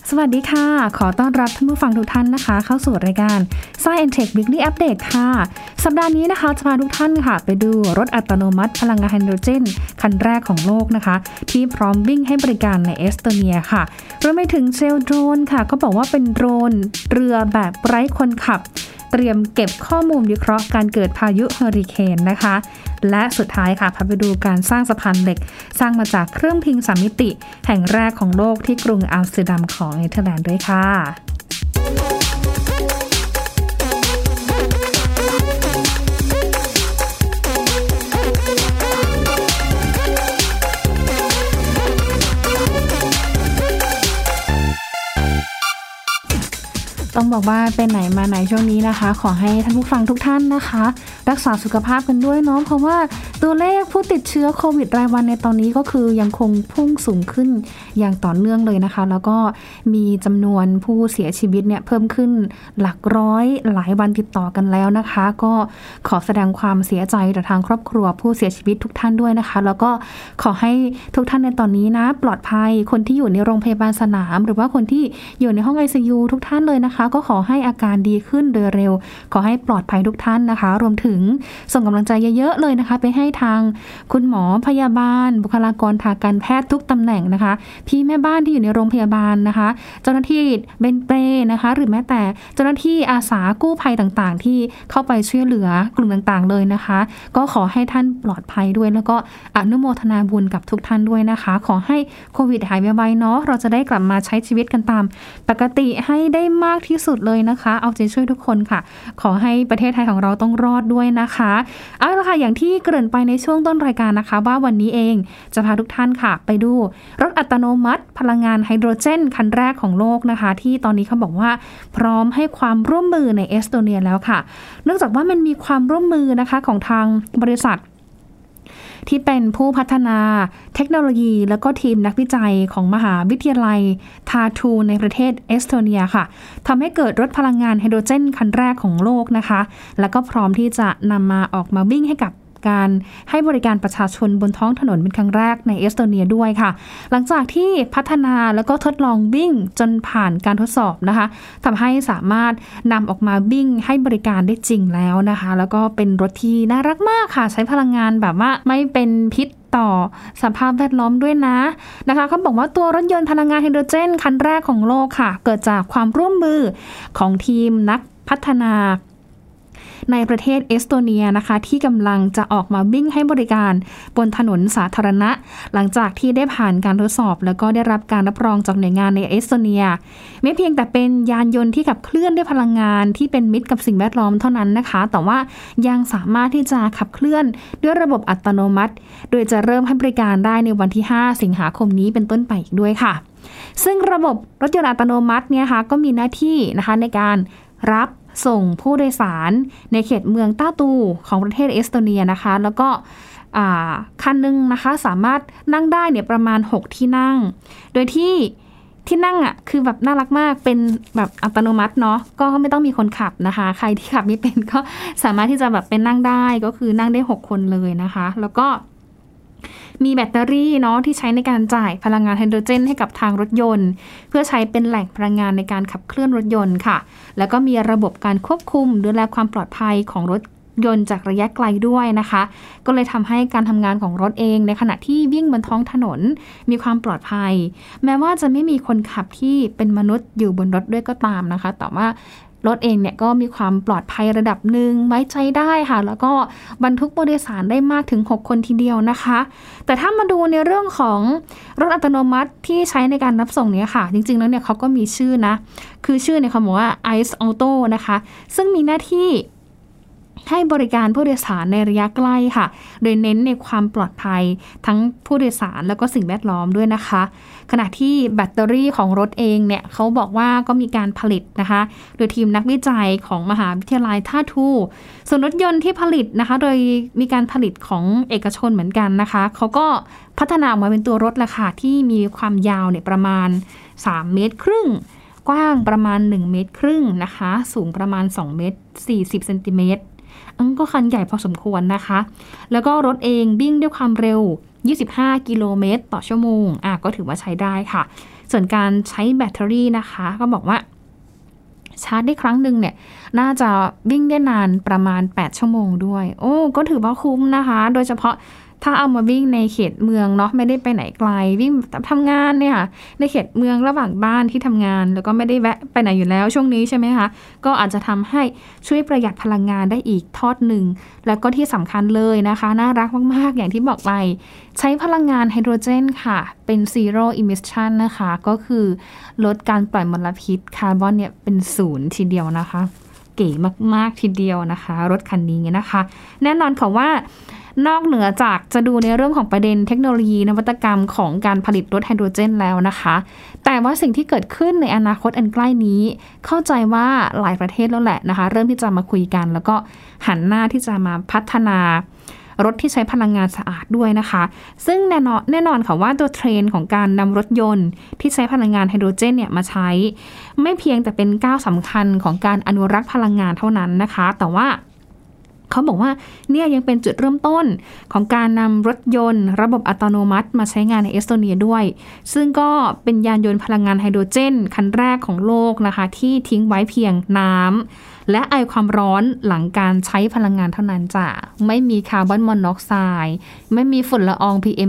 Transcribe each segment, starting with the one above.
สวัสดีค่ะขอต้อนรับท่านผู้ฟังทุกท่านนะคะเข้าสู่รายการ Science Tech Weekly Update ค่ะสัปดาห์นี้นะคะจะพาทุกท่านค่ะไปดูรถอัตโนมัติพลังงานไฮโดรเจนคันแรกของโลกนะคะที่พร้อมวิ่งให้บริการในเอสโตเนียค่ะรวมไปถึงเซลล์โดรนค่ะก็บอกว่าเป็นโดรนเรือแบบไร้คนขับเตรียมเก็บข้อมูลวิเคราะห์การเกิดพายุเฮอริเคนนะคะและสุดท้ายค่ะพาไปดูการสร้างสะพานเหล็กสร้างมาจากเครื่องพิมพ์3มิติแห่งแรกของโลกที่กรุงอัมสเตอร์ดัมของเนเธอร์แลนด์ด้วยค่ะต้องบอกว่าเป็นไหนมาไหนช่วงนี้นะคะขอให้ท่านผู้ฟังทุกท่านนะคะรักษาสุขภาพกันด้วยเนาะเพราะว่าตัวเลขผู้ติดเชื้อโควิดรายวันในตอนนี้ก็คือยังคงพุ่งสูงขึ้นอย่างต่อเนื่องเลยนะคะแล้วก็มีจำนวนผู้เสียชีวิตเนี่ยเพิ่มขึ้นหลักร้อยหลายวันติดต่อกันแล้วนะคะก็ขอแสดงความเสียใจต่อทางครอบครัวผู้เสียชีวิตทุกท่านด้วยนะคะแล้วก็ขอให้ทุกท่านในตอนนี้นะปลอดภัยคนที่อยู่ในโรงพยาบาลสนามหรือว่าคนที่อยู่ในห้อง ICU ทุกท่านเลยนะคะก็ขอให้อาการดีขึ้นโดยเร็วขอให้ปลอดภัยทุกท่านนะคะรวมถึงส่งกำลังใจเยอะๆเลยนะคะไปให้ทางคุณหมอพยาบาลบุคลากรทางการแพทย์ทุกตำแหน่งนะคะพี่แม่บ้านที่อยู่ในโรงพยาบาลนะคะเจ้าหน้าที่เบนเปรนะคะหรือแม้แต่เจ้าหน้าที่อาสากู้ภัยต่างๆที่เข้าไปช่วยเหลือกลุ่มต่างๆเลยนะคะก็ขอให้ท่านปลอดภัยด้วยแล้วก็อนุโมทนาบุญกับทุกท่านด้วยนะคะขอให้โควิดหายไวๆเนาะเราจะได้กลับมาใช้ชีวิตกันตามปกติให้ได้มากที่สุดเลยนะคะเอาใจช่วยทุกคนค่ะขอให้ประเทศไทยของเราต้องรอดด้วยนะคะเอาละค่ะอย่างที่เกริ่นไปในช่วงต้นรายการนะคะว่าวันนี้เองจะพาทุกท่านค่ะไปดูรถอัตโนมัติพลังงานไฮโดรเจนคันแรกของโลกนะคะที่ตอนนี้เขาบอกว่าพร้อมให้ความร่วมมือในเอสโตเนียแล้วค่ะเนื่องจากว่ามันมีความร่วมมือนะคะของทางบริษัทที่เป็นผู้พัฒนาเทคโนโลยีแล้วก็ทีมนักวิจัยของมหาวิทยาลัยทาทูในประเทศเอสโตเนียค่ะทำให้เกิดรถพลังงานไฮโดรเจนคันแรกของโลกนะคะแล้วก็พร้อมที่จะนำมาออกมาวิ่งให้กับการให้บริการประชาชนบนท้องถนนเป็นครั้งแรกในเอสโตเนียด้วยค่ะหลังจากที่พัฒนาแล้วก็ทดลองวิ่งจนผ่านการทดสอบนะคะทำให้สามารถนำออกมาวิ่งให้บริการได้จริงแล้วนะคะแล้วก็เป็นรถที่น่ารักมากค่ะใช้พลังงานแบบว่าไม่เป็นพิษต่อสภาพแวดล้อมด้วยนะคะเขาบอกว่าตัวรถยนต์พลังงานไฮโดรเจนคันแรกของโลกค่ะเกิดจากความร่วมมือของทีมนักพัฒนาในประเทศเอสโตเนียนะคะที่กำลังจะออกมาวิ่งให้บริการบนถนนสาธารณะหลังจากที่ได้ผ่านการทดสอบแล้วก็ได้รับการรับรองจากหน่วยงานในเอสโตเนียไม่เพียงแต่เป็นยานยนต์ที่ขับเคลื่อนด้วยพลังงานที่เป็นมิตรกับสิ่งแวดล้อมเท่านั้นนะคะแต่ว่ายังสามารถที่จะขับเคลื่อนด้วยระบบอัตโนมัติโดยจะเริ่มให้บริการได้ในวันที่5สิงหาคมนี้เป็นต้นไปอีกด้วยค่ะซึ่งระบบรถยนต์อัตโนมัติเนี่ยค่ะก็มีหน้าที่นะคะในการรับส่งผู้โดยสารในเขตเมืองต้าตูของประเทศเอสโตเนียนะคะแล้วก็คันนึงนะคะสามารถนั่งได้เนี่ยประมาณ6ที่นั่งโดยที่นั่งอ่ะคือแบบน่ารักมากเป็นแบบอัตโนมัติเนาะก็ไม่ต้องมีคนขับนะคะใครที่ขับไม่เป็นก็สามารถที่จะแบบเป็นนั่งได้ก็คือนั่งได้6คนเลยนะคะแล้วก็มีแบตเตอรี่เนาะที่ใช้ในการจ่ายพลังงานไฮโดรเจนให้กับทางรถยนต์เพื่อใช้เป็นแหล่งพลังงานในการขับเคลื่อนรถยนต์ค่ะแล้วก็มีระบบการควบคุมดูแลความปลอดภัยของรถยนต์จากระยะไกลด้วยนะคะก็เลยทำให้การทำงานของรถเองในขณะที่วิ่งบนท้องถนนมีความปลอดภัยแม้ว่าจะไม่มีคนขับที่เป็นมนุษย์อยู่บนรถด้วยก็ตามนะคะแต่ว่ารถเองเนี่ยก็มีความปลอดภัยระดับหนึ่งไว้ใจได้ค่ะแล้วก็บรรทุกผู้โดยสารได้มากถึง6คนทีเดียวนะคะแต่ถ้ามาดูในเรื่องของรถอัตโนมัติที่ใช้ในการรับส่งเนี่ยค่ะจริงๆแล้วเนี่ยเขาก็มีชื่อนะคือชื่อเนี่ยเขาบอกว่า ICE Auto นะคะซึ่งมีหน้าที่ให้บริการผู้โดยสารในระยะใกล้ค่ะโดยเน้นในความปลอดภัยทั้งผู้โดยสารแล้วก็สิ่งแวดล้อมด้วยนะคะขณะที่แบตเตอรี่ของรถเองเนี่ยเขาบอกว่าก็มีการผลิตนะคะโดยทีมนักวิจัยของมหาวิทยาลัยท่าทูส่วนรถยนต์ที่ผลิตนะคะโดยมีการผลิตของเอกชนเหมือนกันนะคะเขาก็พัฒนาออกมาเป็นตัวรถราคาที่มีความยาวเนี่ยประมาณ3.5 เมตรกว้างประมาณ1.5 เมตรนะคะสูงประมาณ2.40 เมตรก็คันใหญ่พอสมควรนะคะแล้วก็รถเองวิ่งด้วยความเร็ว 25กิโลเมตรต่อชั่วโมงก็ถือว่าใช้ได้ค่ะส่วนการใช้แบตเตอรี่นะคะก็บอกว่าชาร์จได้ครั้งหนึ่งเนี่ยน่าจะวิ่งได้นานประมาณ8ชั่วโมงด้วยก็ถือว่าคุ้มนะคะโดยเฉพาะถ้าเอามาวิ่งในเขตเมืองเนาะไม่ได้ไปไหนไกลวิ่งทำงานเนี่ยค่ะในเขตเมืองระหว่างบ้านที่ทำงานแล้วก็ไม่ได้แวะไปไหนอยู่แล้วช่วงนี้ใช่ไหมคะก็อาจจะทำให้ช่วยประหยัดพลังงานได้อีกทอดหนึ่งแล้วก็ที่สำคัญเลยนะคะน่ารักมากๆอย่างที่บอกไปใช้พลังงานไฮโดรเจนค่ะเป็น zero emission นะคะก็คือลดการปล่อยมลพิษคาร์บอนเนี่ยเป็น0ทีเดียวนะคะเก๋มากๆทีเดียวนะคะรถคันนี้นะคะแน่นอนค่ะว่านอกเหนือจากจะดูในเรื่องของประเด็นเทคโนโลยีนวัตกรรมของการผลิตรถไฮโดรเจนแล้วนะคะแต่ว่าสิ่งที่เกิดขึ้นในอนาคตอันใกล้นี้เข้าใจว่าหลายประเทศแล้วแหละนะคะเริ่มที่จะมาคุยกันแล้วก็หันหน้าที่จะมาพัฒนารถที่ใช้พลังงานสะอาดด้วยนะคะซึ่งแน่นอนค่ะว่าตัวเทรนด์ของการนำรถยนต์ที่ใช้พลังงานไฮโดรเจนเนี่ยมาใช้ไม่เพียงแต่เป็นก้าวสำคัญของการอนุรักษ์พลังงานเท่านั้นนะคะแต่ว่าเขาบอกว่าเนี่ยยังเป็นจุดเริ่มต้นของการนำรถยนต์ระบบอัตโนมัติมาใช้งานในเอสโตเนียด้วยซึ่งก็เป็นยานยนต์พลังงานไฮโดรเจนคันแรกของโลกนะคะที่ทิ้งไว้เพียงน้ำและไอความร้อนหลังการใช้พลังงานเท่านั้นจ้ะไม่มีคาร์บอนมอนอกไซด์ไม่มีฝุ่นละออง PM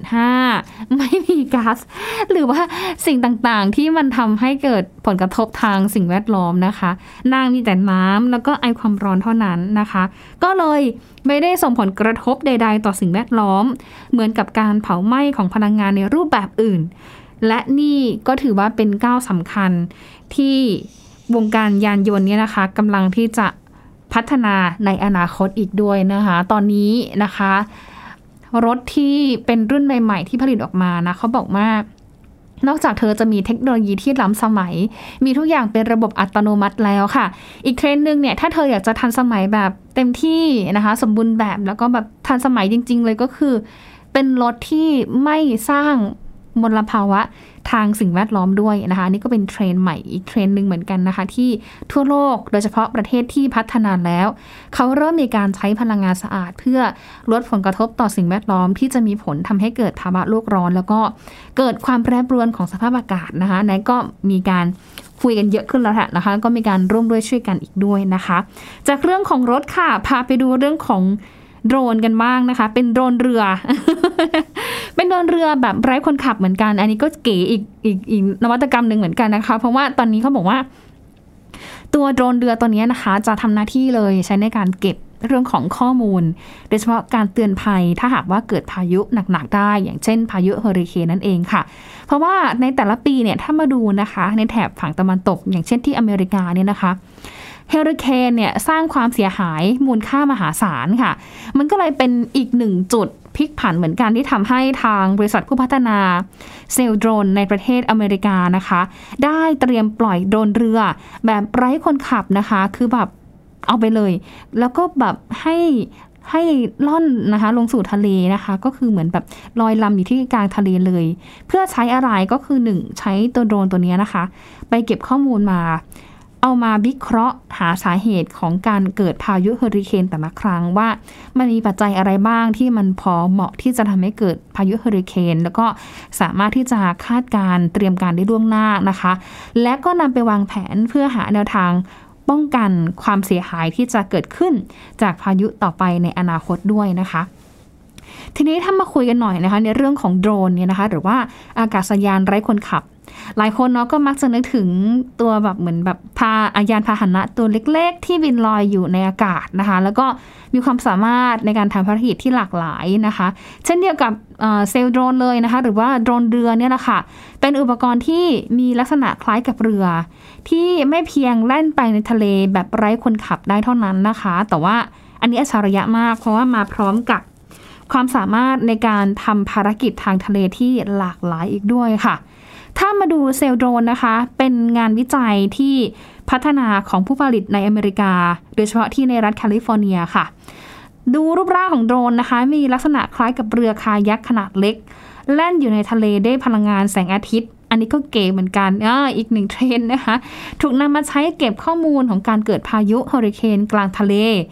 2.5 ไม่มีก๊าซหรือว่าสิ่งต่างๆที่มันทำให้เกิดผลกระทบทางสิ่งแวดล้อมนะคะนางมีแต่น้ำแล้วก็ไอความร้อนเท่านั้นนะคะก็เลยไม่ได้ส่งผลกระทบใดๆต่อสิ่งแวดล้อมเหมือนกับการเผาไหม้ของพลังงานในรูปแบบอื่นและนี่ก็ถือว่าเป็นก้าวสำคัญที่วงการยานยนต์เนี่ยนะคะกำลังที่จะพัฒนาในอนาคตอีกด้วยนะคะตอนนี้นะคะรถที่เป็นรุ่นใหม่ๆที่ผลิตออกมานะเขาบอกว่านอกจากเธอจะมีเทคโนโลยีที่ล้ำสมัยมีทุกอย่างเป็นระบบอัตโนมัติแล้วค่ะอีกเทรนด์นึงเนี่ยถ้าเธออยากจะทันสมัยแบบเต็มที่นะคะสมบูรณ์แบบแล้วก็แบบทันสมัยจริงๆเลยก็คือเป็นรถที่ไม่สร้างมลภาวะทางสิ่งแวดล้อมด้วยนะคะนี่ก็เป็นเทรนด์ใหม่อีกเทรนด์นึงเหมือนกันนะคะที่ทั่วโลกโดยเฉพาะประเทศที่พัฒนาแล้วเขาเริ่มมีการใช้พลังงานสะอาดเพื่อลดผลกระทบต่อสิ่งแวดล้อมที่จะมีผลทำให้เกิดภาวะโลกร้อนแล้วก็เกิดความแปรปรวนของสภาพอากาศนะคะนั้นก็มีการคุยกันเยอะขึ้นแล้วแหละนะคะก็มีการร่วมด้วยช่วยกันอีกด้วยนะคะจากเรื่องของรถค่ะพาไปดูเรื่องของโดรนกันบ้างนะคะเป็นโดรนเรือ เป็นโดรนเรือแบบไร้คนขับเหมือนกันอันนี้ก็เก๋อีกนวัตกรรมหนึ่งเหมือนกันนะคะเพราะว่าตอนนี้เขาบอกว่าตัวโดรนเรือตัวนี้นะคะจะทำหน้าที่เลยใช้ในการเก็บเรื่องของข้อมูลโดยเฉพาะการเตือนภัยถ้าหากว่าเกิดพายุหนักๆได้อย่างเช่นพายุเฮอริเคนนั่นเองค่ะเพราะว่าในแต่ละปีเนี่ยถ้ามาดูนะคะในแถบฝั่งตะวันตกอย่างเช่นที่อเมริกาเนี่ยนะคะเฮอริเคนเนี่ยสร้างความเสียหายมูลค่ามหาศาลค่ะมันก็เลยเป็นอีกหนึ่งจุดพลิกผันเหมือนกันที่ทำให้ทางบริษัทผู้พัฒนาเซลล์โดรนในประเทศอเมริกานะคะได้เตรียมปล่อยโดรนเรือแบบไร้คนขับนะคะคือแบบเอาไปเลยแล้วก็แบบให้ล่อนนะคะลงสู่ทะเลนะคะก็คือเหมือนแบบลอยลำอยู่ที่กลางทะเลเลยเพื่อใช้อะไรก็คือ1ใช้ตัวโดรนตัวนี้นะคะไปเก็บข้อมูลมาเอามาวิเคราะห์หาสาเหตุของการเกิดพายุเฮอริเคนแต่ละครั้งว่ามันมีปัจจัยอะไรบ้างที่มันพอเหมาะที่จะทำให้เกิดพายุเฮอริเคนแล้วก็สามารถที่จะคาดการเตรียมการได้ล่วงหน้านะคะและก็นำไปวางแผนเพื่อหาแนวทางป้องกันความเสียหายที่จะเกิดขึ้นจากพายุต่อไปในอนาคตด้วยนะคะทีนี้ถ้ามาคุยกันหน่อยนะคะในเรื่องของโดรนเนี่ยนะคะหรือว่าอากาศยานไร้คนขับหลายคนเนาะก็มักจะนึกถึงตัวแบบเหมือนแบบยานพาหนะตัวเล็กๆที่บินลอยอยู่ในอากาศนะคะแล้วก็มีความสามารถในการทำภารกิจที่หลากหลายนะคะเช่นเดียวกับเซลล์โดรนเลยนะคะหรือว่าโดรนเรือเนี่ยแหละค่ะเป็นอุปกรณ์ที่มีลักษณะคล้ายกับเรือที่ไม่เพียงแล่นไปในทะเลแบบไร้คนขับได้เท่านั้นนะคะแต่ว่าอันนี้อัจฉริยะมากเพราะว่ามาพร้อมกับความสามารถในการทำภารกิจทางทะเลที่หลากหลายอีกด้วยค่ะถ้ามาดูเซลล์โดรนนะคะเป็นงานวิจัยที่พัฒนาของผู้ผลิตในอเมริกาโดยเฉพาะที่ในรัฐแคลิฟอร์เนียค่ะดูรูปร่างของโดรนนะคะมีลักษณะคล้ายกับเรือคายักขนาดเล็กแล่นอยู่ในทะเลได้พลังงานแสงอาทิตย์อันนี้ก็เก๋เหมือนกันอีกหนึ่งเทรนด์นะคะถูกนำมาใช้เก็บข้อมูลของการเกิดพายุเฮอริเคนกลางทะเล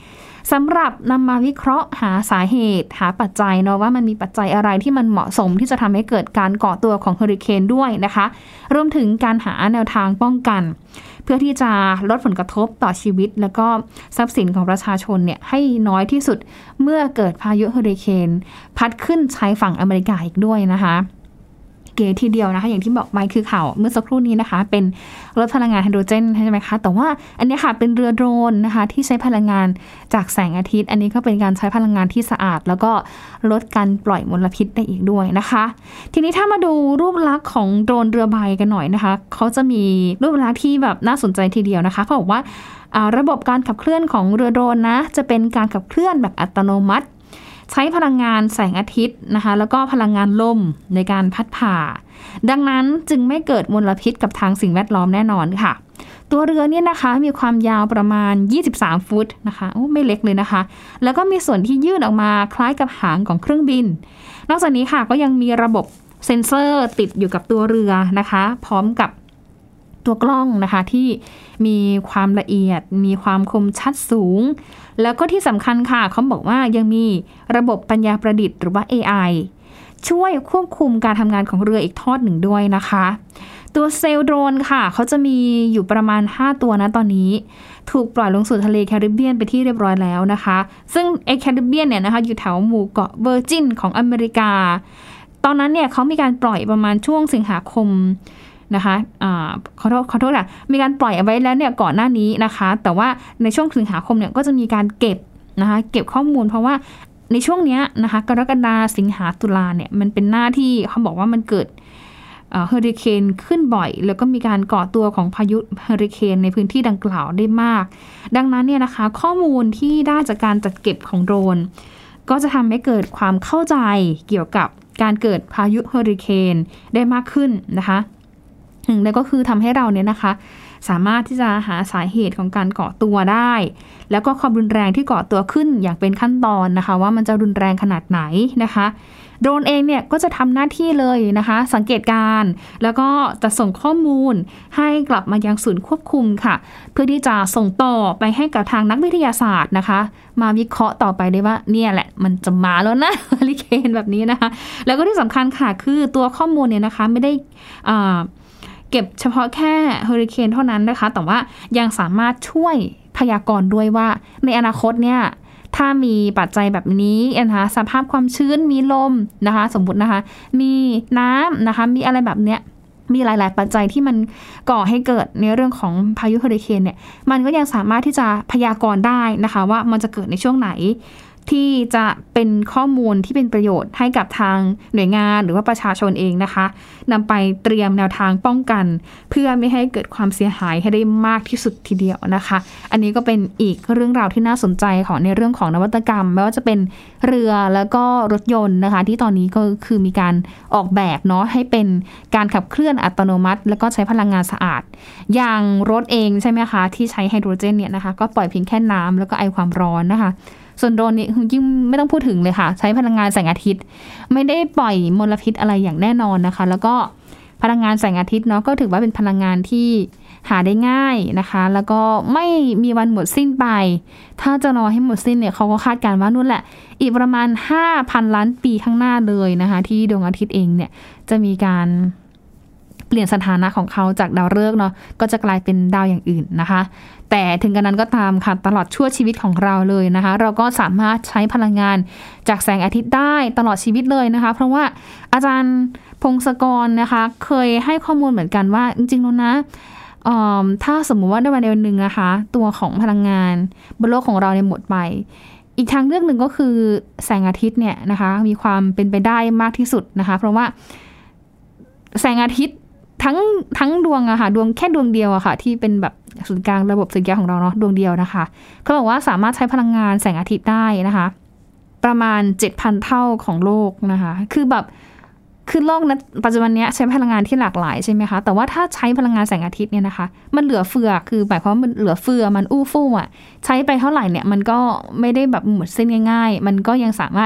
สำหรับนำมาวิเคราะห์หาสาเหตุหาปัจจัยเนาะว่ามันมีปัจจัยอะไรที่มันเหมาะสมที่จะทำให้เกิดการก่อตัวของเฮอริเคนด้วยนะคะรวมถึงการหาแนวทางป้องกันเพื่อที่จะลดผลกระทบต่อชีวิตแล้วก็ทรัพย์สินของประชาชนเนี่ยให้น้อยที่สุดเมื่อเกิดพายุเฮอริเคนพัดขึ้นชายฝั่งอเมริกาอีกด้วยนะคะเก๋ทีเดียวนะคะอย่างที่บอกไปคือข่าวเมื่อสักครู่นี้นะคะเป็นรถพลังงานไฮโดรเจนใช่ไหมคะแต่ว่าอันนี้ค่ะเป็นเรือโดรนนะคะที่ใช้พลังงานจากแสงอาทิตย์อันนี้ก็เป็นการใช้พลังงานที่สะอาดแล้วก็ลดการปล่อยมลพิษได้อีกด้วยนะคะทีนี้ถ้ามาดูรูปลักษณ์ของโดรนเรือใบกันหน่อยนะคะเขาจะมีรูปลักษณ์ที่แบบน่าสนใจทีเดียวนะคะเขาบอกว่าระบบการขับเคลื่อนของเรือโดรนนะจะเป็นการขับเคลื่อนแบบอัตโนมัติใช้พลังงานแสงอาทิตย์นะคะแล้วก็พลังงานลมในการพัดผ่าดังนั้นจึงไม่เกิดมลพิษกับทางสิ่งแวดล้อมแน่นอนค่ะตัวเรือเนี่ยนะคะมีความยาวประมาณ23ฟุตนะคะโอ้ไม่เล็กเลยนะคะแล้วก็มีส่วนที่ยื่นออกมาคล้ายกับหางของเครื่องบินนอกจากนี้ค่ะก็ยังมีระบบเซ็นเซอร์ติดอยู่กับตัวเรือนะคะพร้อมกับตัวกล้องนะคะที่มีความละเอียดมีความคมชัดสูงแล้วก็ที่สำคัญค่ะเขาบอกว่ายังมีระบบปัญญาประดิษฐ์หรือว่า AI ช่วยควบคุมการทำงานของเรืออีกทอดหนึ่งด้วยนะคะตัวเซลล์โดรนค่ะเขาจะมีอยู่ประมาณ5ตัวนะตอนนี้ถูกปล่อยลงสู่ทะเลแคริบเบียนไปที่เรียบร้อยแล้วนะคะซึ่งแคริบเบียนเนี่ยนะคะอยู่แถวหมู่เกาะเวอร์จินของอเมริกาตอนนั้นเนี่ยเขามีการปล่อยประมาณช่วงสิงหาคมนะคะขอโทษค่ะมีการปล่อยเอาไว้แล้วเนี่ยก่อนหน้านี้นะคะแต่ว่าในช่วงสิงหาคมเนี่ยก็จะมีการเก็บนะคะเก็บข้อมูลเพราะว่าในช่วงนี้นะคะกรกฎาคมสิงหาตุลาเนี่ยมันเป็นหน้าที่เขาบอกว่ามันเกิดเฮอริเคนขึ้นบ่อยแล้วก็มีการก่อตัวของพายุเฮอริเคนในพื้นที่ดังกล่าวได้มากดังนั้นเนี่ยนะคะข้อมูลที่ได้จากการจัดเก็บของโดรนก็จะทำให้เกิดความเข้าใจเกี่ยวกับการเกิดพายุเฮอริเคนได้มากขึ้นนะคะแล้วก็คือทำให้เราเนี่ยนะคะสามารถที่จะหาสาเหตุของการก่อตัวได้แล้วก็ความรุนแรงที่ก่อตัวขึ้นอย่างเป็นขั้นตอนนะคะว่ามันจะรุนแรงขนาดไหนนะคะโดรนเองเนี่ยก็จะทำหน้าที่เลยนะคะสังเกตการแล้วก็จะส่งข้อมูลให้กลับมายังศูนย์ควบคุมค่ะเพื่อที่จะส่งต่อไปให้กับทางนักวิทยาศาสตร์นะคะมาวิเคราะห์ต่อไปได้ว่าเนี่ยแหละมันจะมาแล้วนะเฮอริเคนแบบนี้นะคะแล้วก็ที่สำคัญค่ะคือตัวข้อมูลเนี่ยนะคะไม่ได้เก็บเฉพาะแค่เฮอริเคนเท่านั้นนะคะแต่ว่ายังสามารถช่วยพยากรณ์ด้วยว่าในอนาคตเนี่ยถ้ามีปัจจัยแบบนี้นะคะสภาพความชื้นมีลมนะคะสมมุตินะคะมีน้ำนะคะมีอะไรแบบเนี้ยมีหลายๆปัจจัยที่มันก่อให้เกิดในเรื่องของพายุเฮอริเคนเนี่ยมันก็ยังสามารถที่จะพยากรณ์ได้นะคะว่ามันจะเกิดในช่วงไหนที่จะเป็นข้อมูลที่เป็นประโยชน์ให้กับทางหน่วยงานหรือว่าประชาชนเองนะคะนำไปเตรียมแนวทางป้องกันเพื่อไม่ให้เกิดความเสียหายให้ได้มากที่สุดทีเดียวนะคะอันนี้ก็เป็นอีกเรื่องราวที่น่าสนใจของในเรื่องของนวัตกรรมไม่ว่าจะเป็นเรือแล้วก็รถยนต์นะคะที่ตอนนี้ก็คือมีการออกแบบเนาะให้เป็นการขับเคลื่อนอัตโนมัติแล้วก็ใช้พลังงานสะอาดอย่างรถเองใช่ไหมคะที่ใช้ไฮโดรเจนเนี่ยนะคะก็ปล่อยเพียงแค่น้ำแล้วก็ไอความร้อนนะคะส่วนโดรนนี่ยิ่งไม่ต้องพูดถึงเลยค่ะใช้พลังงานแสงอาทิตย์ไม่ได้ปล่อยมลพิษอะไรอย่างแน่นอนนะคะแล้วก็พลังงานแสงอาทิตย์เนาะก็ถือว่าเป็นพลังงานที่หาได้ง่ายนะคะแล้วก็ไม่มีวันหมดสิ้นไปถ้าจะรอให้หมดสิ้นเนี่ยเขาก็คาดการณ์ว่านู่นแหละอีกประมาณ 5,000 ล้านปีข้างหน้าเลยนะคะที่ดวงอาทิตย์เองเนี่ยจะมีการเปลี่ยนสถานะของเขาจากดาวฤกษ์เนาะก็จะกลายเป็นดาวอย่างอื่นนะคะแต่ถึงกระนั้นก็ตามค่ะตลอดชั่วชีวิตของเราเลยนะคะเราก็สามารถใช้พลังงานจากแสงอาทิตย์ได้ตลอดชีวิตเลยนะคะเพราะว่าอาจารย์พงศกรนะคะเคยให้ข้อมูลเหมือนกันว่าจริงๆแล้วนะถ้าสมมุติว่าในวันหนึ่งนะคะตัวของพลังงานบนโลกของเราเนี่ยหมดไปอีกทางเลือกหนึ่งก็คือแสงอาทิตย์เนี่ยนะคะมีความเป็นไปได้มากที่สุดนะคะเพราะว่าแสงอาทิตย์ทั้งดวงอะค่ะดวงแค่ดวงเดียวอะค่ะที่เป็นแบบศูนย์กลางระบบสุริยะของเราเนาะดวงเดียวนะคะเขาบอกว่าสามารถใช้พลังงานแสงอาทิตย์ได้นะคะประมาณ 7,000 เท่าของโลกนะคะคือโลกนะปัจจุบันนี้ใช้พลังงานที่หลากหลายใช่ไหมคะแต่ว่าถ้าใช้พลังงานแสงอาทิตย์เนี่ยนะคะมันเหลือเฟือคือหมายความว่ามันเหลือเฟือมันอู้ฟู่อ่ะใช้ไปเท่าไหร่เนี่ยมันก็ไม่ได้แบบหมดสิ้นง่ายๆมันก็ยังสามารถ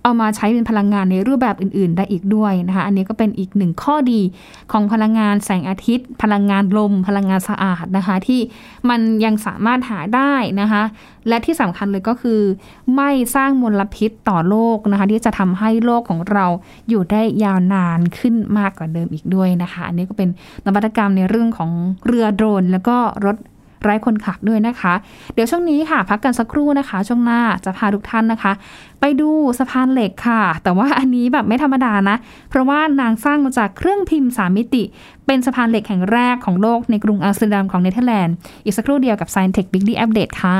เอามาใช้เป็นพลังงานในรูปแบบอื่นๆได้อีกด้วยนะคะอันนี้ก็เป็นอีกหนึ่งข้อดีของพลังงานแสงอาทิตย์พลังงานลมพลังงานสะอาดนะคะที่มันยังสามารถหาได้นะคะและที่สำคัญเลยก็คือไม่สร้างมลพิษต่อโลกนะคะที่จะทำให้โลกของเราอยู่ได้ยาวนานขึ้นมากกว่าเดิมอีกด้วยนะคะอันนี้ก็เป็นนวัตกรรมในเรื่องของเรือโดรนแล้วก็รถไร้คนขับด้วยนะคะเดี๋ยวช่วงนี้ค่ะพักกันสักครู่นะคะช่วงหน้าจะพาทุกท่านนะคะไปดูสะพานเหล็กค่ะแต่ว่าอันนี้แบบไม่ธรรมดานะเพราะว่านางสร้างมาจากเครื่องพิมพ์3มิติเป็นสะพานเหล็กแห่งแรกของโลกในกรุงอัมสเตอร์ดัมของเนเธอร์แลนด์อีกสักครู่เดียวกับ Science Tech Weekly Update ค่ะ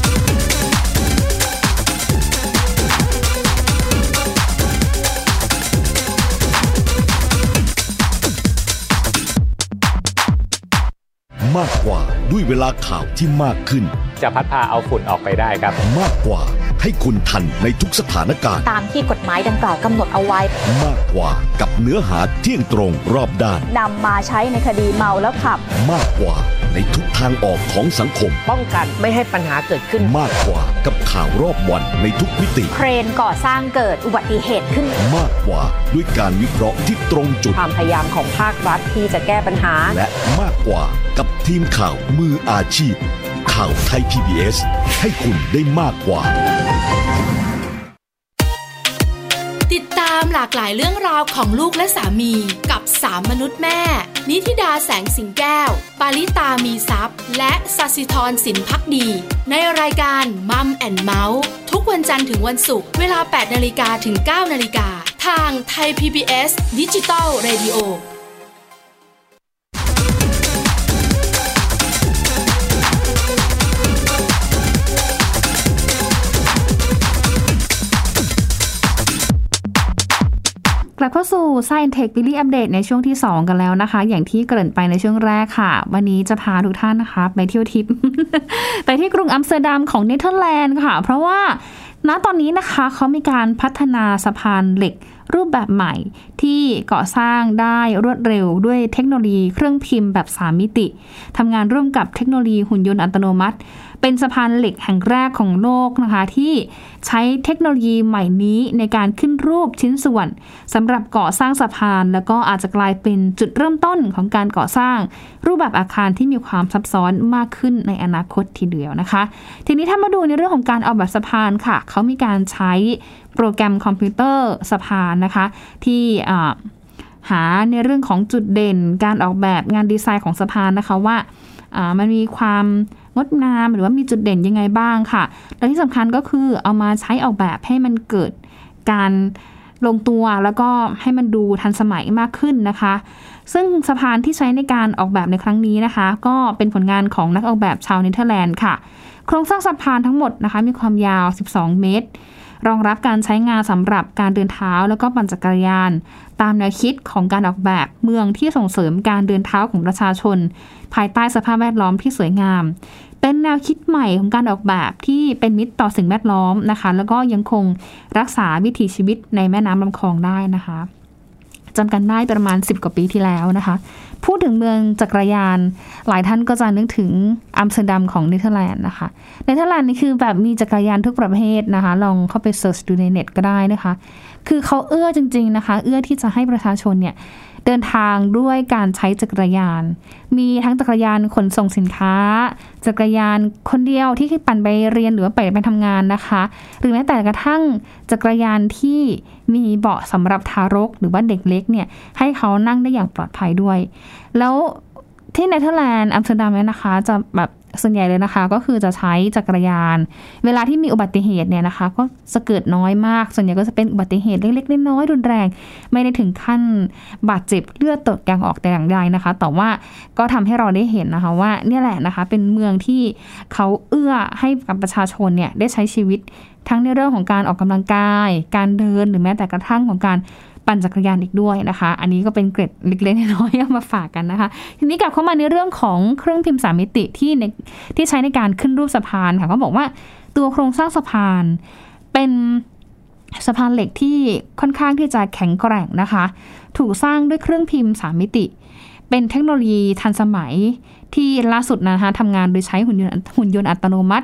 มากกว่าด้วยเวลาข่าวที่มากขึ้นจะพัดพาเอาฝุ่นออกไปได้ครับมากกว่าให้คุณทันในทุกสถานการณ์ตามที่กฎหมายดังกล่าวกำหนดเอาไว้มากกว่ากับเนื้อหาเที่ยงตรงรอบด้านนำมาใช้ในคดีเมาแล้วขับมากกว่าในทุกทางออกของสังคมป้องกันไม่ให้ปัญหาเกิดขึ้นมากกว่ากับข่าวรอบวันในทุกมิติเครนก่อสร้างเกิดอุบัติเหตุขึ้นมากกว่าด้วยการวิเคราะห์ที่ตรงจุดความพยายามของภาครัฐที่จะแก้ปัญหาและมากกว่ากับทีมข่าวมืออาชีพข่าวไทย PBS ให้คุณได้มากกว่าติดตามหลากหลายเรื่องราวของลูกและสามีกับ3มนุษย์แม่นิธิดาแสงสิงแก้วปาริตามีทรัพย์และศศิธรสินภักดีในรายการมัมแอนด์เมาส์ทุกวันจันทร์ถึงวันศุกร์เวลา 8:00 นถึง 9:00 นทางไทย PBS Digital Radio กลับเข้าสู่ Science Tech Weekly Update ในช่วงที่2กันแล้วนะคะอย่างที่เกริ่นไปในช่วงแรกค่ะวันนี้จะพาทุกท่านนะคะไปเที่ยวทิป ไปที่กรุงอัมสเตอร์ดัมของเนเธอร์แลนด์ค่ะเพราะว่าณตอนนี้นะคะเขามีการพัฒนาสะพานเหล็กรูปแบบใหม่ที่ก่อสร้างได้รวดเร็วด้วยเทคโนโลยีเครื่องพิมพ์แบบ3มิติทำงานร่วมกับเทคโนโลยีหุ่นยนต์อัตโนมัติเป็นสะพานเหล็กแห่งแรกของโลกนะคะที่ใช้เทคโนโลยีใหม่นี้ในการขึ้นรูปชิ้นส่วนสำหรับก่อสร้างสะพานแล้วก็อาจจะกลายเป็นจุดเริ่มต้นของการก่อสร้างรูปแบบอาคารที่มีความซับซ้อนมากขึ้นในอนาคตทีเดียวนะคะทีนี้ถ้ามาดูในเรื่องของการออกแบบสะพานค่ะเขามีการใช้โปรแกรมคอมพิวเตอร์สะพานนะคะที่หาในเรื่องของจุดเด่นการออกแบบงานดีไซน์ของสะพานนะคะว่ามันมีความงดงามหรือว่ามีจุดเด่นยังไงบ้างค่ะและที่สำคัญก็คือเอามาใช้ออกแบบให้มันเกิดการลงตัวแล้วก็ให้มันดูทันสมัยมากขึ้นนะคะซึ่งสะพานที่ใช้ในการออกแบบในครั้งนี้นะคะก็เป็นผลงานของนักออกแบบชาวเนเธอร์แลนด์ค่ะโครงสร้างสะพานทั้งหมดนะคะมีความยาว12เมตรรองรับการใช้งานสำหรับการเดินเท้าแล้วก็ปั่นจักรยานตามแนวคิดของการออกแบบเมืองที่ส่งเสริมการเดินเท้าของประชาชนภายใต้สภาพแวดล้อมที่สวยงามเป็นแนวคิดใหม่ของการออกแบบที่เป็นมิตรต่อสิ่งแวดล้อมนะคะแล้วก็ยังคงรักษาวิถีชีวิตในแม่น้ำลำคลองได้นะคะจำกันได้ประมาณ10กว่าปีที่แล้วนะคะพูดถึงเมืองจักรยานหลายท่านก็จะนึกถึงอัมสเตอร์ดัมของเนเธอร์แลนด์นะคะเนเธอร์แลนด์นี่คือแบบมีจักรยานทุกประเภทนะคะลองเข้าไปเสิร์ชดูในเน็ตก็ได้นะคะคือเขาเอื้อจริงๆนะคะเอื้อที่จะให้ประชาชนเนี่ยเดินทางด้วยการใช้จักรยานมีทั้งจักรยานขนส่งสินค้าจักรยานคนเดียวที่ปั่นไปเรียนหรือว่าไปทำงานนะคะหรือแม้แต่กระทั่งจักรยานที่มีเบาะสำหรับทารกหรือว่าเด็กเล็กเนี่ยให้เขานั่งได้อย่างปลอดภัยด้วยแล้วที่เนเธอร์แลนด์อัมสเตอร์ดัมเนี่ยนะคะจะแบบส่วนใหญ่เลยนะคะก็คือจะใช้จักรยานเวลาที่มีอุบัติเหตุเนี่ยนะคะก็จะเกิดน้อยมากส่วนใหญ่ก็จะเป็นอุบัติเหตุเล็กๆน้อยๆรุนแรงไม่ได้ถึงขั้นบาดเจ็บเลือดตกยางออกแต่อย่างใดนะคะแต่ว่าก็ทำให้เราได้เห็นนะคะว่าเนี่ยแหละนะคะเป็นเมืองที่เขาเอื้อให้กับประชาชนเนี่ยได้ใช้ชีวิตทั้งในเรื่องของการออกกำลังกายการเดินหรือแม้แต่กระทั่งของการปั่นจักรยานอีกด้วยนะคะอันนี้ก็เป็นเกร็ดเล็กๆน้อยๆเอามาฝากกันนะคะทีนี้กลับเข้ามาในเรื่องของเครื่องพิมพ์3มิติที่ใช้ในการขึ้นรูปสะพานค่ะเขาบอกว่าตัวโครงสร้างสะพานเป็นสะพานเหล็กที่ค่อนข้างที่จะแข็งแกร่งนะคะถูกสร้างด้วยเครื่องพิมพ์3มิติเป็นเทคโนโลยีทันสมัยที่ล่าสุดนะคะทำงานโดยใช้หุ่นยนต์อัตโนมัติ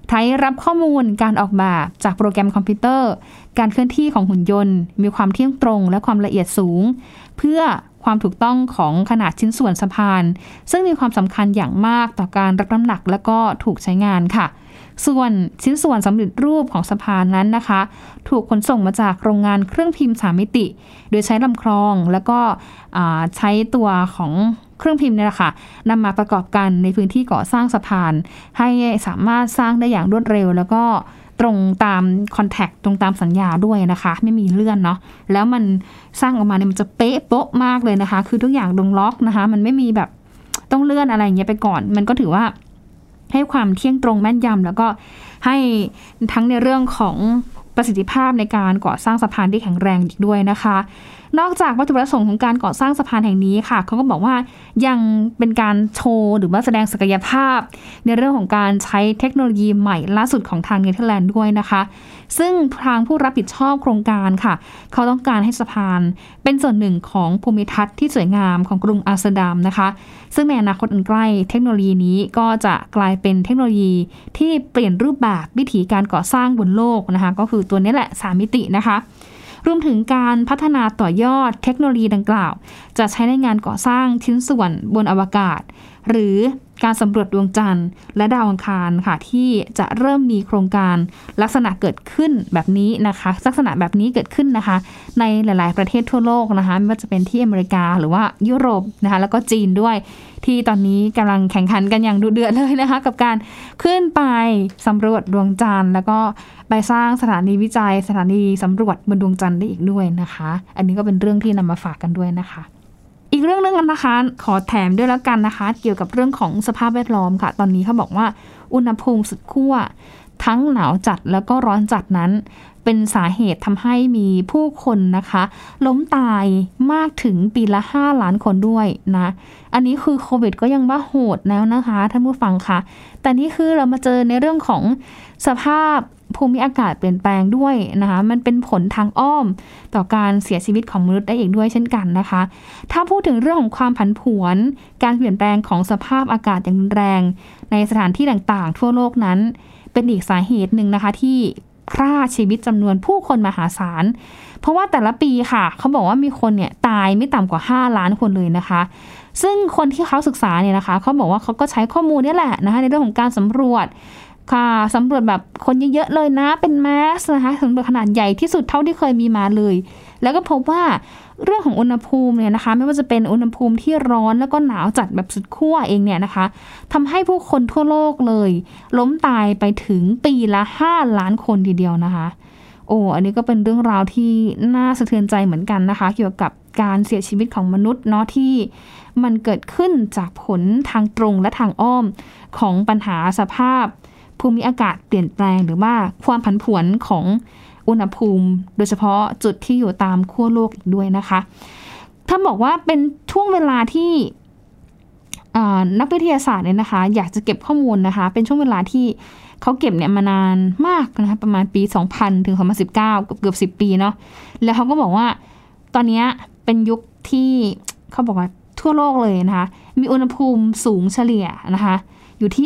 ใช้รับข้อมูลการออกแบบจากโปรแกรมคอมพิวเตอร์การเคลื่อนที่ของหุ่นยนต์มีความเที่ยงตรงและความละเอียดสูงเพื่อความถูกต้องของขนาดชิ้นส่วนสะพานซึ่งมีความสำคัญอย่างมากต่อการรับน้ำหนักและก็ถูกใช้งานค่ะส่วนชิ้นส่วนสำเร็จรูปของสะพานนั้นนะคะถูกขนส่งมาจากโรงงานเครื่องพิมพ์3มิติโดยใช้ลำคลองแล้วก็ใช้ตัวของเครื่องพิมพ์นี่แหละค่ะนำมาประกอบกันในพื้นที่ก่อสร้างสะพานให้สามารถสร้างได้อย่างรวดเร็วแล้วก็ตรงตามคอนแทคตรงตามสัญญาด้วยนะคะไม่มีเลื่อนเนาะแล้วมันสร้างออกมาเนี่ยมันจะเป๊ะโป๊ะมากเลยนะคะคือทุกอย่างลงล็อกนะคะมันไม่มีแบบต้องเลื่อนอะไรอย่างเงี้ยไปก่อนมันก็ถือว่าให้ความเที่ยงตรงแม่นยำแล้วก็ให้ทั้งในเรื่องของประสิทธิภาพในการก่อสร้างสะพานที่แข็งแรงอีกด้วยนะคะนอกจากวัตถุประสงค์ของการก่อสร้างสะพานแห่งนี้ค่ะเขาก็บอกว่ายังเป็นการโชว์หรือว่าแสดงศักยภาพในเรื่องของการใช้เทคโนโลยีใหม่ล่าสุดของทางเนเธอร์แลนด์ด้วยนะคะซึ่งทางผู้รับผิดชอบโครงการค่ะเขาต้องการให้สะพานเป็นส่วนหนึ่งของภูมิทัศน์ที่สวยงามของกรุงอัมสเตอร์ดัมนะคะซึ่งในอนาคตอันใกล้เทคโนโลยีนี้ก็จะกลายเป็นเทคโนโลยีที่เปลี่ยนรูปแบบวิถีการก่อสร้างบนโลกนะคะก็คือตัวนี้แหละ3มิตินะคะรวมถึงการพัฒนาต่อยอดเทคโนโลยีดังกล่าวจะใช้ในงานก่อสร้างชิ้นส่วนบนอวกาศหรือการสำรวจดวงจันทร์และดาวอังคารค่ะที่จะเริ่มมีโครงการลักษณะเกิดขึ้นแบบนี้นะคะลักษณะแบบนี้เกิดขึ้นนะคะในหลายๆประเทศทั่วโลกนะคะไม่ว่าจะเป็นที่อเมริกาหรือว่ายุโรปนะคะแล้วก็จีนด้วยที่ตอนนี้กำลังแข่งขันกันอย่างดุเดือดเลยนะคะกับการขึ้นไปสำรวจดวงจันทร์แล้วก็ไปสร้างสถานีวิจัยสถานีสำรวจบนดวงจันทร์ได้อีกด้วยนะคะอันนี้ก็เป็นเรื่องที่นำมาฝากกันด้วยนะคะอีกเรื่องนึงนะคะขอแถมด้วยแล้วกันนะคะเกี่ยวกับเรื่องของสภาพแวดล้อมค่ะตอนนี้เขาบอกว่าอุณหภูมิสุดขั้วทั้งหนาวจัดแล้วก็ร้อนจัดนั้นเป็นสาเหตุทำให้มีผู้คนนะคะล้มตายมากถึงปีละ5 ล้านคนด้วยนะอันนี้คือโควิดก็ยังว่าโหดแล้วนะคะท่านผู้ฟังค่ะแต่นี่คือเรามาเจอในเรื่องของสภาพภูมิอากาศเปลี่ยนแปลงด้วยนะคะมันเป็นผลทางอ้อมต่อการเสียชีวิตของมนุษย์ได้อีกด้วยเช่นกันนะคะถ้าพูดถึงเรื่องของความผันผวนการเปลี่ยนแปลงของสภาพอากาศอย่างรุนแรงในสถานที่ต่างๆทั่วโลกนั้นเป็นอีกสาเหตุหนึ่งนะคะที่ฆ่าชีวิตจำนวนผู้คนมหาศาลเพราะว่าแต่ละปีค่ะเขาบอกว่ามีคนเนี่ยตายไม่ต่ำกว่า5 ล้านคนเลยนะคะซึ่งคนที่เขาศึกษาเนี่ยนะคะเขาบอกว่าเขาก็ใช้ข้อมูลนี่แหละนะคะในเรื่องของการสำรวจค่ะสำรวจแบบคนเยอะๆเลยนะเป็นแมสนะคะสำรวจขนาดใหญ่ที่สุดเท่าที่เคยมีมาเลยแล้วก็พบว่าเรื่องของอุณหภูมิเนี่ยนะคะไม่ว่าจะเป็นอุณหภูมิที่ร้อนแล้วก็หนาวจัดแบบสุดขั้วเองเนี่ยนะคะทำให้ผู้คนทั่วโลกเลยล้มตายไปถึงปีละ5 ล้านคนทีเดียวนะคะอันนี้ก็เป็นเรื่องราวที่น่าสะเทือนใจเหมือนกันนะคะเกี่ยวกับการเสียชีวิตของมนุษย์เนาะที่มันเกิดขึ้นจากผลทางตรงและทางอ้อมของปัญหาสภาพภูมิอากาศเปลี่ยนแปลงหรือว่าความผันผวนของอุณหภูมิโดยเฉพาะจุดที่อยู่ตามขั้วโลกอีกด้วยนะคะท่านบอกว่าเป็นช่วงเวลาที่นักวิทยาศาสตร์เนี่ยนะคะอยากจะเก็บข้อมูลนะคะเป็นช่วงเวลาที่เขาเก็บเนี่ยมานานมากนะคะประมาณปี 2000 ถึง 2019 เกือบ10 ปีเนาะแล้วเขาก็บอกว่าตอนนี้เป็นยุคที่เขาบอกว่าทั่วโลกเลยนะคะมีอุณหภูมิสูงเฉลี่ยนะคะอยู่ที่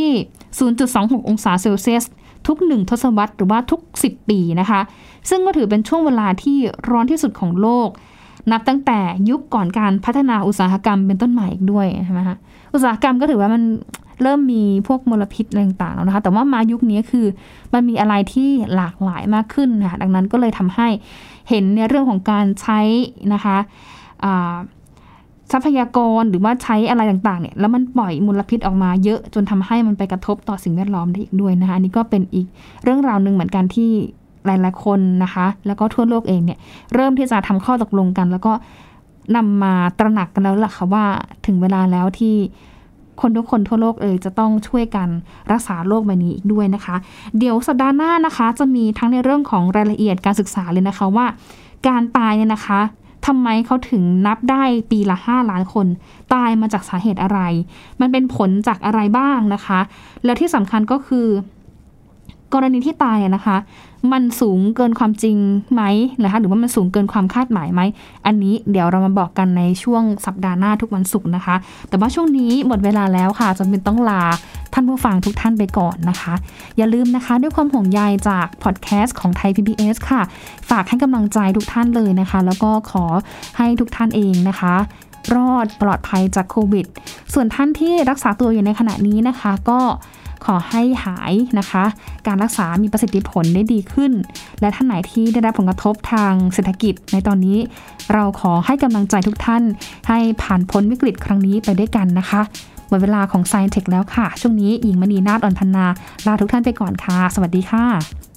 0.26 องศาเซลเซียสทุก1 ทศวรรษหรือว่าทุก10 ปีนะคะซึ่งก็ถือเป็นช่วงเวลาที่ร้อนที่สุดของโลกนับตั้งแต่ยุคก่อนการพัฒนาอุตสาหกรรมเป็นต้นมาอีกด้วยใช่ไหมคะอุตสาหกรรมก็ถือว่ามันเริ่มมีพวกมลพิษอะไรต่างๆแล้วนะคะแต่ว่ามายุคนี้คือมันมีอะไรที่หลากหลายมากขึ้นนะคะดังนั้นก็เลยทำให้เห็นในเรื่องของการใช้นะคะทรัพยากรหรือว่าใช้อะไรต่างๆเนี่ยแล้วมันปล่อยมลพิษออกมาเยอะจนทำให้มันไปกระทบต่อสิ่งแวดล้อมได้อีกด้วยนะคะอันนี้ก็เป็นอีกเรื่องราวนึงเหมือนกันที่หลายๆคนนะคะแล้วก็ทั่วโลกเองเนี่ยเริ่มที่จะทำข้อตกลงกันแล้วก็นำมาตระหนักกันแล้วล่ะค่ะว่าถึงเวลาแล้วที่คนทุกคนทั่วโลกจะต้องช่วยกันรักษาโลกใบนี้อีกด้วยนะคะเดี๋ยวสัปดาห์หน้านะคะจะมีทั้งในเรื่องของรายละเอียดการศึกษาเลยนะคะว่าการตายเนี่ยนะคะทำไมเขาถึงนับได้ปีละ5 ล้านคนตายมาจากสาเหตุอะไรมันเป็นผลจากอะไรบ้างนะคะแล้วที่สำคัญก็คือกรณีที่ตายนะคะมันสูงเกินความจริงไหมนะคะหรือว่ามันสูงเกินความคาดหมายไหมอันนี้เดี๋ยวเรามาบอกกันในช่วงสัปดาห์หน้าทุกวันศุกร์นะคะแต่ว่าช่วงนี้หมดเวลาแล้วค่ะจำเป็นต้องลาท่านผู้ฟังทุกท่านไปก่อนนะคะอย่าลืมนะคะด้วยความห่วงใยจากพอดแคสต์ของไทย PBS ค่ะฝากให้กำลังใจทุกท่านเลยนะคะแล้วก็ขอให้ทุกท่านเองนะคะรอดปลอดภัยจากโควิดส่วนท่านที่รักษาตัวอยู่ในขณะนี้นะคะก็ขอให้หายนะคะการรักษามีประสิทธิผลได้ดีขึ้นและท่านไหนที่ได้รับผลกระทบทางเศรษฐกิจในตอนนี้เราขอให้กำลังใจทุกท่านให้ผ่านพ้นวิกฤตครั้งนี้ไปด้วยกันนะคะหมดเวลาของ Science Tech แล้วค่ะช่วงนี้หญิงมณีนาฏ อ่อนพันนาลาทุกท่านไปก่อนค่ะสวัสดีค่ะ